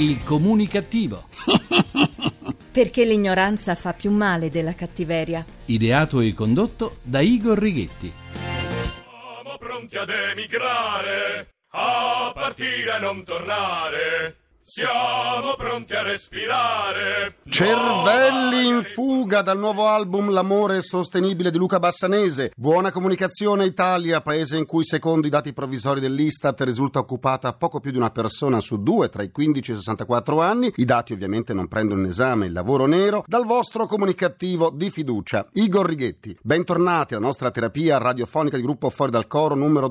Il comunicativo. Perché l'ignoranza fa più male della cattiveria. Ideato e condotto da Igor Righetti. Siamo pronti ad emigrare, a partire e non tornare. Siamo pronti a respirare. Cervelli in fuga dal nuovo album L'amore sostenibile di Luca Bassanese. Buona Comunicazione Italia, paese in cui secondo i dati provvisori dell'Istat risulta occupata poco più di una persona su due tra i 15 e i 64 anni. I dati ovviamente non prendono in esame il lavoro nero. Dal vostro comunicativo di fiducia, Igor Righetti. Bentornati alla nostra terapia radiofonica di gruppo Fuori dal Coro numero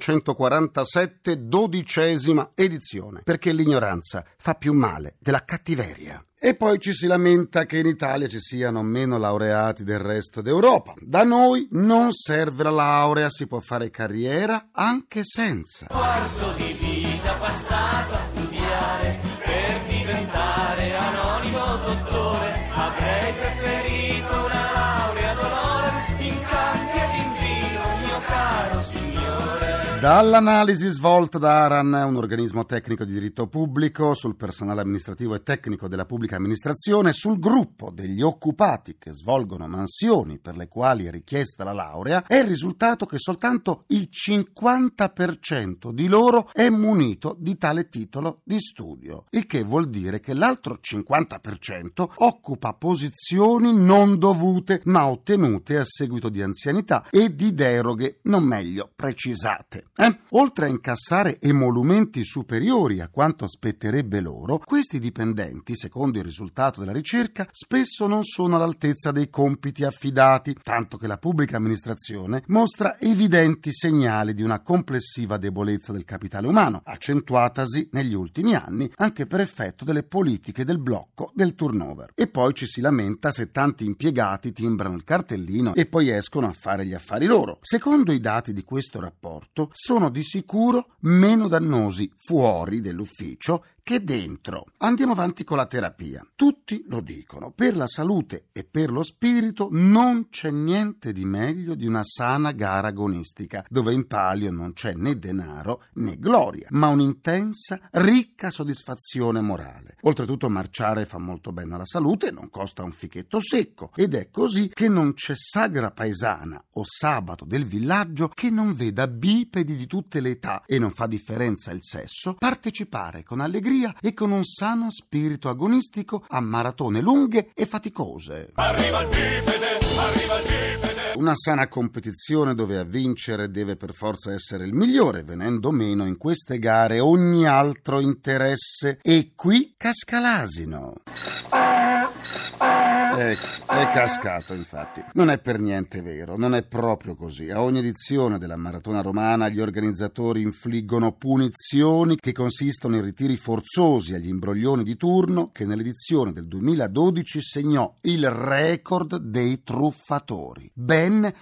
2247, 12ª edizione. Perché l'ignoranza fa più male della cattiveria. E poi ci si lamenta che in Italia ci siano meno laureati del resto d'Europa. Da noi non serve la laurea, si può fare carriera anche senza. Quarto di vita passato a studiare per diventare anonimo dottore. Avrei preferito una laurea d'onore in cambio ed invio, mio caro signore. Dall'analisi svolta da ARAN, un organismo tecnico di diritto pubblico, sul personale amministrativo e tecnico della pubblica amministrazione, sul gruppo degli occupati che svolgono mansioni per le quali è richiesta la laurea, è il risultato che soltanto il 50% di loro è munito di tale titolo di studio, il che vuol dire che l'altro 50% occupa posizioni non dovute ma ottenute a seguito di anzianità e di deroghe non meglio precisate. Oltre a incassare emolumenti superiori a quanto spetterebbe loro, questi dipendenti, secondo il risultato della ricerca, spesso non sono all'altezza dei compiti affidati, tanto che la pubblica amministrazione mostra evidenti segnali di una complessiva debolezza del capitale umano, accentuatasi negli ultimi anni anche per effetto delle politiche del blocco del turnover. E poi ci si lamenta se tanti impiegati timbrano il cartellino e poi escono a fare gli affari loro. Secondo i dati di questo rapporto, sono di sicuro meno dannosi fuori dell'ufficio che dentro. Andiamo avanti con la terapia. Tutti lo dicono, per la salute e per lo spirito non c'è niente di meglio di una sana gara agonistica, dove in palio non c'è né denaro né gloria, ma un'intensa, ricca soddisfazione morale. Oltretutto marciare fa molto bene alla salute e non costa un fichetto secco, ed è così che non c'è sagra paesana o sabato del villaggio che non veda bipedi di tutte le età, e non fa differenza il sesso, partecipare con allegria e con un sano spirito agonistico a maratone lunghe e faticose. Arriva il bipede, arriva il bipede. Una sana competizione dove a vincere deve per forza essere il migliore, venendo meno in queste gare ogni altro interesse, e qui casca l'asino. È cascato, infatti. Non è per niente vero, non è proprio così. A ogni edizione della Maratona Romana gli organizzatori infliggono punizioni che consistono in ritiri forzosi agli imbroglioni di turno, che nell'edizione del 2012 segnò il record dei truffatori. Ben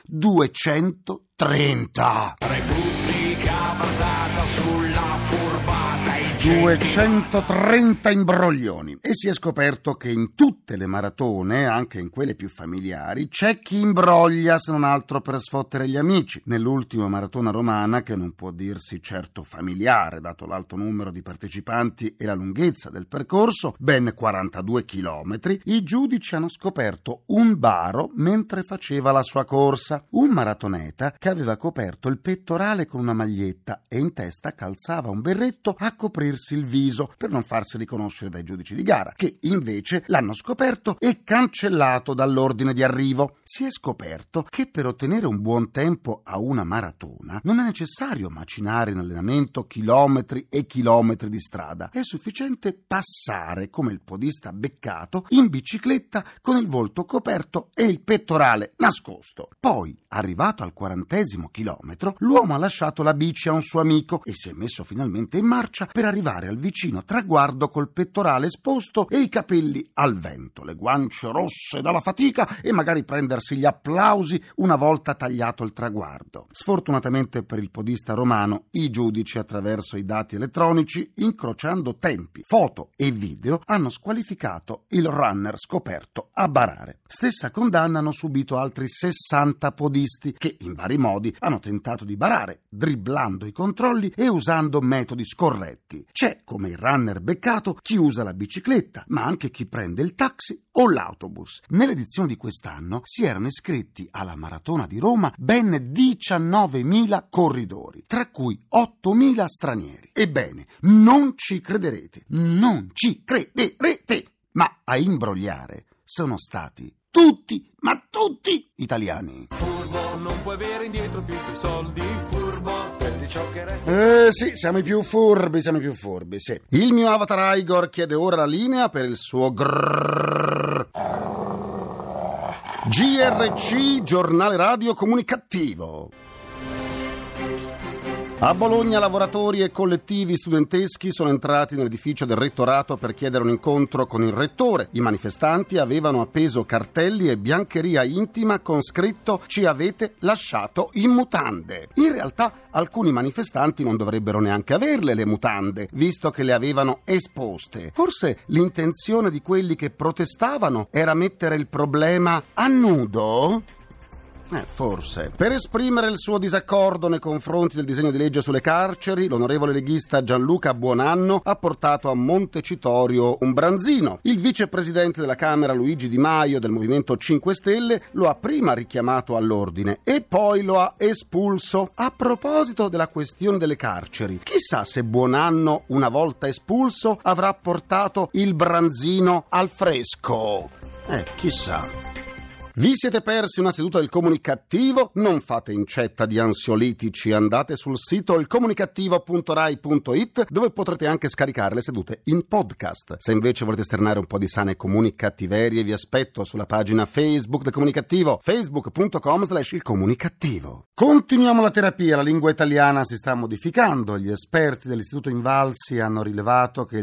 230! Repubblica basata sulla furbata e 230 imbroglioni. E si è scoperto che in tutte le maratone, anche in quelle più familiari, c'è chi imbroglia se non altro per sfottere gli amici. Nell'ultima maratona romana, che non può dirsi certo familiare dato l'alto numero di partecipanti e la lunghezza del percorso, ben 42 chilometri, i giudici hanno scoperto un baro mentre faceva la sua corsa. Un maratoneta che aveva coperto il pettorale con una maglietta e in testa calzava un berretto a coprirsi il viso per non farsi riconoscere dai giudici di gara, che invece l'hanno scoperto e cancellato dall'ordine di arrivo. Si è scoperto che per ottenere un buon tempo a una maratona non è necessario macinare in allenamento chilometri e chilometri di strada, è sufficiente passare come il podista beccato in bicicletta con il volto coperto e il pettorale nascosto. Poi, arrivato al 40° chilometro, l'uomo ha lasciato la bici a un suo amico e si è messo finalmente in marcia per arrivare al vicino traguardo col pettorale esposto e i capelli al vento, le guance rosse dalla fatica e magari prendersi gli applausi una volta tagliato il traguardo. Sfortunatamente per il podista romano, i giudici, attraverso i dati elettronici, incrociando tempi, foto e video, hanno squalificato il runner scoperto a barare. Stessa condanna hanno subito altri 60 podisti che in vari modi hanno tentato di barare, dribblando i controlli e usando metodi scorretti. C'è, come il runner beccato, chi usa la bicicletta, ma anche chi prende il taxi o l'autobus. Nell'edizione di quest'anno si erano iscritti alla Maratona di Roma ben 19.000 corridori, tra cui 8.000 stranieri. Ebbene, non ci crederete, ma a imbrogliare sono stati tutti, ma tutti italiani. Furbo, non puoi avere indietro più che soldi, furbo, prendi ciò che resta. Sì, siamo i più furbi, sì. Il mio avatar Igor chiede ora la linea per il suo GRC, giornale radio comunicativo. A Bologna lavoratori e collettivi studenteschi sono entrati nell'edificio del rettorato per chiedere un incontro con il rettore. I manifestanti avevano appeso cartelli e biancheria intima con scritto «Ci avete lasciato in mutande». In realtà alcuni manifestanti non dovrebbero neanche averle le mutande, visto che le avevano esposte. Forse l'intenzione di quelli che protestavano era mettere il problema a nudo? Forse. Per esprimere il suo disaccordo nei confronti del disegno di legge sulle carceri, l'onorevole leghista Gianluca Buonanno ha portato a Montecitorio un branzino. Il vicepresidente della Camera Luigi Di Maio del Movimento 5 Stelle lo ha prima richiamato all'ordine e poi lo ha espulso. A proposito della questione delle carceri, chissà se Buonanno, una volta espulso, avrà portato il branzino al fresco. Chissà. Vi siete persi una seduta del Comunicativo? Non fate incetta di ansiolitici, andate sul sito ilcomunicativo.rai.it dove potrete anche scaricare le sedute in podcast. Se invece volete esternare un po' di sane comunicattiverie, vi aspetto sulla pagina Facebook del Comunicativo, facebook.com/ilcomunicativo. Continuiamo la terapia, la lingua italiana si sta modificando. Gli esperti dell'Istituto Invalsi hanno rilevato che il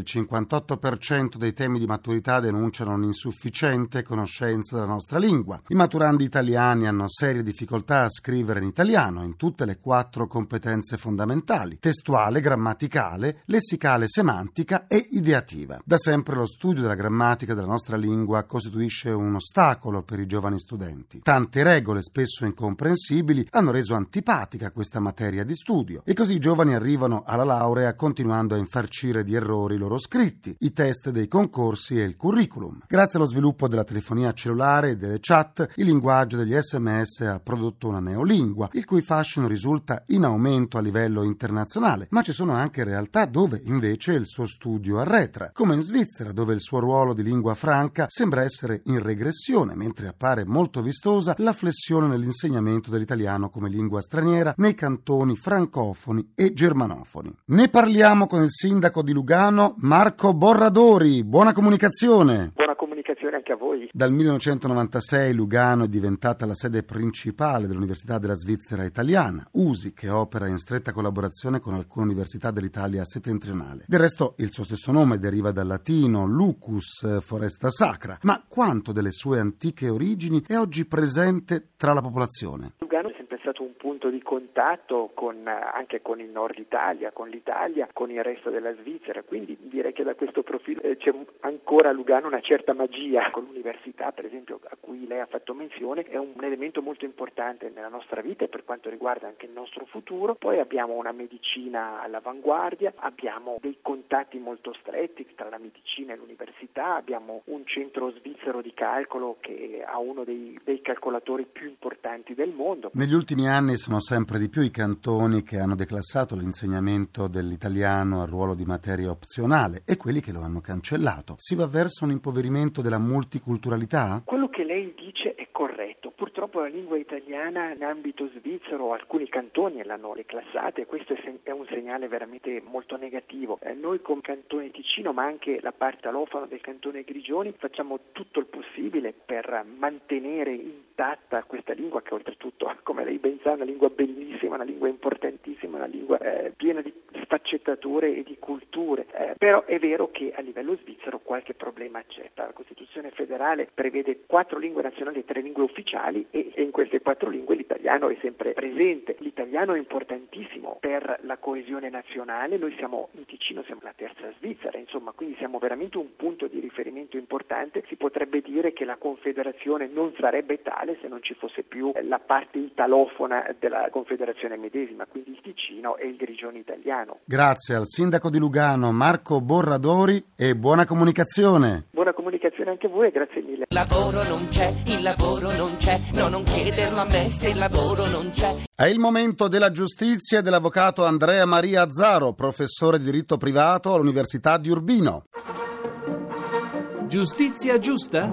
58% dei temi di maturità denunciano un'insufficiente conoscenza della nostra lingua. I maturandi italiani hanno serie difficoltà a scrivere in italiano in tutte le 4 competenze fondamentali: testuale, grammaticale, lessicale, semantica e ideativa. Da sempre lo studio della grammatica della nostra lingua costituisce un ostacolo per i giovani studenti. Tante regole, spesso incomprensibili, hanno reso antipatica questa materia di studio e così i giovani arrivano alla laurea continuando a infarcire di errori i loro scritti, i test dei concorsi e il curriculum. Grazie allo sviluppo della telefonia cellulare e delle chat, il linguaggio degli SMS ha prodotto una neolingua, il cui fascino risulta in aumento a livello internazionale, ma ci sono anche realtà dove invece il suo studio arretra, come in Svizzera, dove il suo ruolo di lingua franca sembra essere in regressione, mentre appare molto vistosa la flessione nell'insegnamento dell'italiano come lingua straniera nei cantoni francofoni e germanofoni. Ne parliamo con il sindaco di Lugano, Marco Borradori. Buona comunicazione! Buona comunicazione anche a voi. Dal 1996 Lugano è diventata la sede principale dell'Università della Svizzera Italiana, USI, che opera in stretta collaborazione con alcune università dell'Italia settentrionale. Del resto il suo stesso nome deriva dal latino lucus, foresta sacra, ma quanto delle sue antiche origini è oggi presente tra la popolazione? Lugano è sempre stato un punto di contatto anche con il nord Italia, con l'Italia, con il resto della Svizzera, quindi direi che da questo profilo c'è ancora a Lugano una certa magia. Con l'università, per esempio, a cui lei ha fatto menzione, è un elemento molto importante nella nostra vita e per quanto riguarda anche il nostro futuro. Poi abbiamo una medicina all'avanguardia, abbiamo dei contatti molto stretti tra la medicina e l'università, abbiamo un centro svizzero di calcolo che ha uno dei calcolatori più importanti del mondo. Negli ultimi anni sono sempre di più i cantoni che hanno declassato l'insegnamento dell'italiano al ruolo di materia opzionale e quelli che lo hanno cancellato. Si va verso un impoverimento della multiculturalità? Quello che lei dice è corretto. Purtroppo la lingua italiana in ambito svizzero, alcuni cantoni l'hanno declassata e questo è un segnale veramente molto negativo. Noi come Cantone Ticino, ma anche la parte allofano del Cantone Grigioni, facciamo tutto il possibile per mantenere intatta questa lingua che oltretutto, come lei ben sa, è una lingua bellissima, una lingua importantissima, una lingua piena di sfaccettature e di culture. Però è vero che a livello svizzero qualche problema c'è. La Costituzione federale prevede 4 lingue nazionali e 3 lingue ufficiali e in queste 4 lingue l'italiano l'italiano è sempre presente. L'italiano è importantissimo per la coesione nazionale. Noi siamo in Ticino, siamo la terza Svizzera, insomma, quindi siamo veramente un punto di riferimento importante. Si potrebbe dire che la Confederazione non sarebbe tale se non ci fosse più la parte italofona della Confederazione medesima, quindi il Ticino e il Grigione italiano. Grazie al sindaco di Lugano Marco Borradori e buona comunicazione. Buona comunicazione anche a voi e grazie mille. Lavoro non c'è, il lavoro non c'è, no, non chiederlo a me se il lavoro non c'è. È il momento della giustizia e dell'avvocato Andrea Maria Azzaro, professore di diritto privato all'Università di Urbino. Giustizia giusta?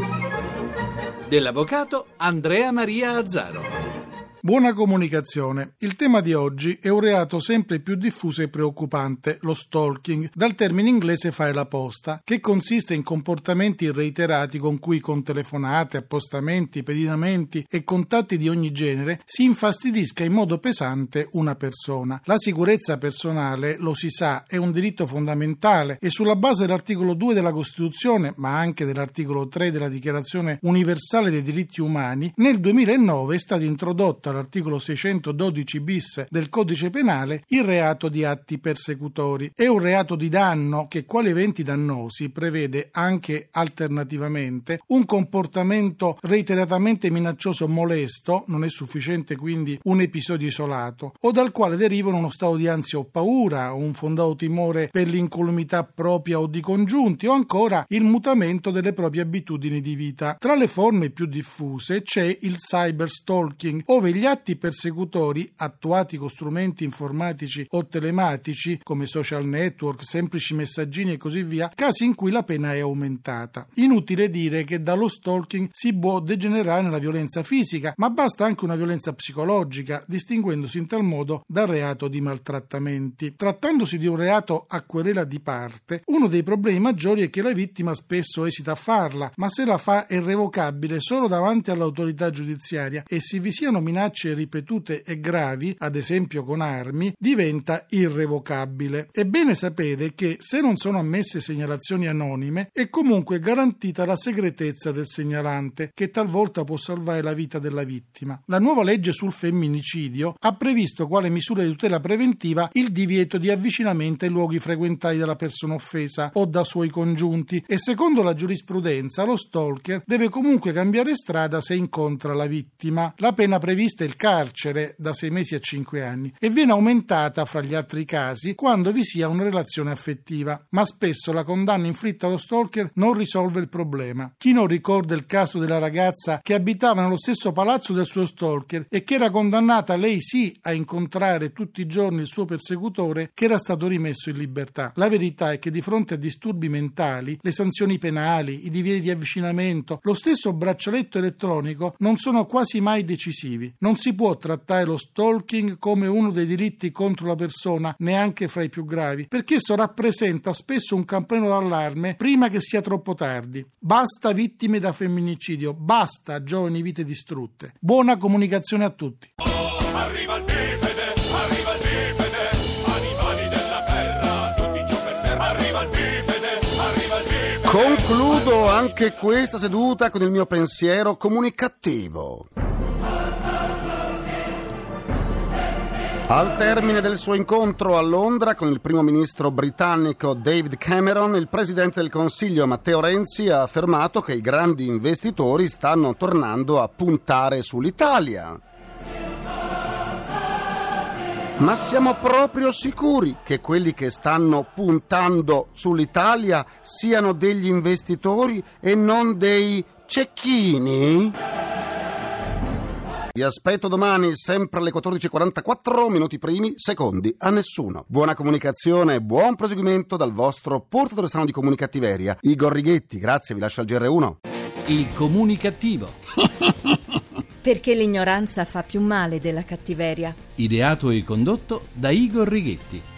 Dell'avvocato Andrea Maria Azzaro. Buona comunicazione. Il tema di oggi è un reato sempre più diffuso e preoccupante, lo stalking, dal termine inglese fare la posta, che consiste in comportamenti reiterati con cui con telefonate, appostamenti, pedinamenti e contatti di ogni genere si infastidisca in modo pesante una persona. La sicurezza personale, lo si sa, è un diritto fondamentale e sulla base dell'articolo 2 della Costituzione, ma anche dell'articolo 3 della Dichiarazione Universale dei Diritti Umani, nel 2009 è stato introdotto all'articolo 612 bis del Codice Penale il reato di atti persecutori. È un reato di danno che, quali eventi dannosi, prevede anche alternativamente un comportamento reiteratamente minaccioso o molesto, non è sufficiente quindi un episodio isolato, o dal quale derivano uno stato di ansia o paura, o un fondato timore per l'incolumità propria o di congiunti, o ancora il mutamento delle proprie abitudini di vita. Tra le forme più diffuse c'è il cyberstalking, ove gli atti persecutori attuati con strumenti informatici o telematici come social network, semplici messaggini e così via, casi in cui la pena è aumentata. Inutile dire che dallo stalking si può degenerare nella violenza fisica, ma basta anche una violenza psicologica, distinguendosi in tal modo dal reato di maltrattamenti. Trattandosi di un reato a querela di parte, uno dei problemi maggiori è che la vittima spesso esita a farla, ma se la fa è irrevocabile solo davanti all'autorità giudiziaria e se vi siano minacce ripetute e gravi, ad esempio con armi, diventa irrevocabile. È bene sapere che se non sono ammesse segnalazioni anonime è comunque garantita la segretezza del segnalante, che talvolta può salvare la vita della vittima. La nuova legge sul femminicidio ha previsto quale misura di tutela preventiva il divieto di avvicinamento ai luoghi frequentati dalla persona offesa o da suoi congiunti e secondo la giurisprudenza lo stalker deve comunque cambiare strada se incontra la vittima. La pena prevista è il carcere da 6 mesi a 5 anni e viene aumentata fra gli altri casi quando vi sia una relazione affettiva, ma spesso la condanna inflitta allo stalker non risolve il problema. Chi non ricorda il caso della ragazza che abitava nello stesso palazzo del suo stalker e che era condannata lei sì a incontrare tutti i giorni il suo persecutore che era stato rimesso in libertà? La verità è che di fronte a disturbi mentali le sanzioni penali, i divieti di avvicinamento, lo stesso braccialetto elettronico non sono quasi mai decisivi. Non si può trattare lo stalking come uno dei delitti contro la persona, neanche fra i più gravi, perché esso rappresenta spesso un campanello d'allarme prima che sia troppo tardi. Basta vittime da femminicidio, basta giovani vite distrutte. Buona comunicazione a tutti. Arriva il bipede, animali della terra, tutti giù per terra. Arriva il bipede. Concludo anche questa seduta con il mio pensiero comunicativo. Al termine del suo incontro a Londra con il primo ministro britannico David Cameron, il presidente del Consiglio Matteo Renzi ha affermato che i grandi investitori stanno tornando a puntare sull'Italia. Ma siamo proprio sicuri che quelli che stanno puntando sull'Italia siano degli investitori e non dei cecchini? Vi aspetto domani, sempre alle 14.44, minuti primi, secondi a nessuno. Buona comunicazione e buon proseguimento dal vostro portatore strano di comunicattiveria, Igor Righetti. Grazie, vi lascio al GR1. Il comunicativo. Perché l'ignoranza fa più male della cattiveria. Ideato e condotto da Igor Righetti.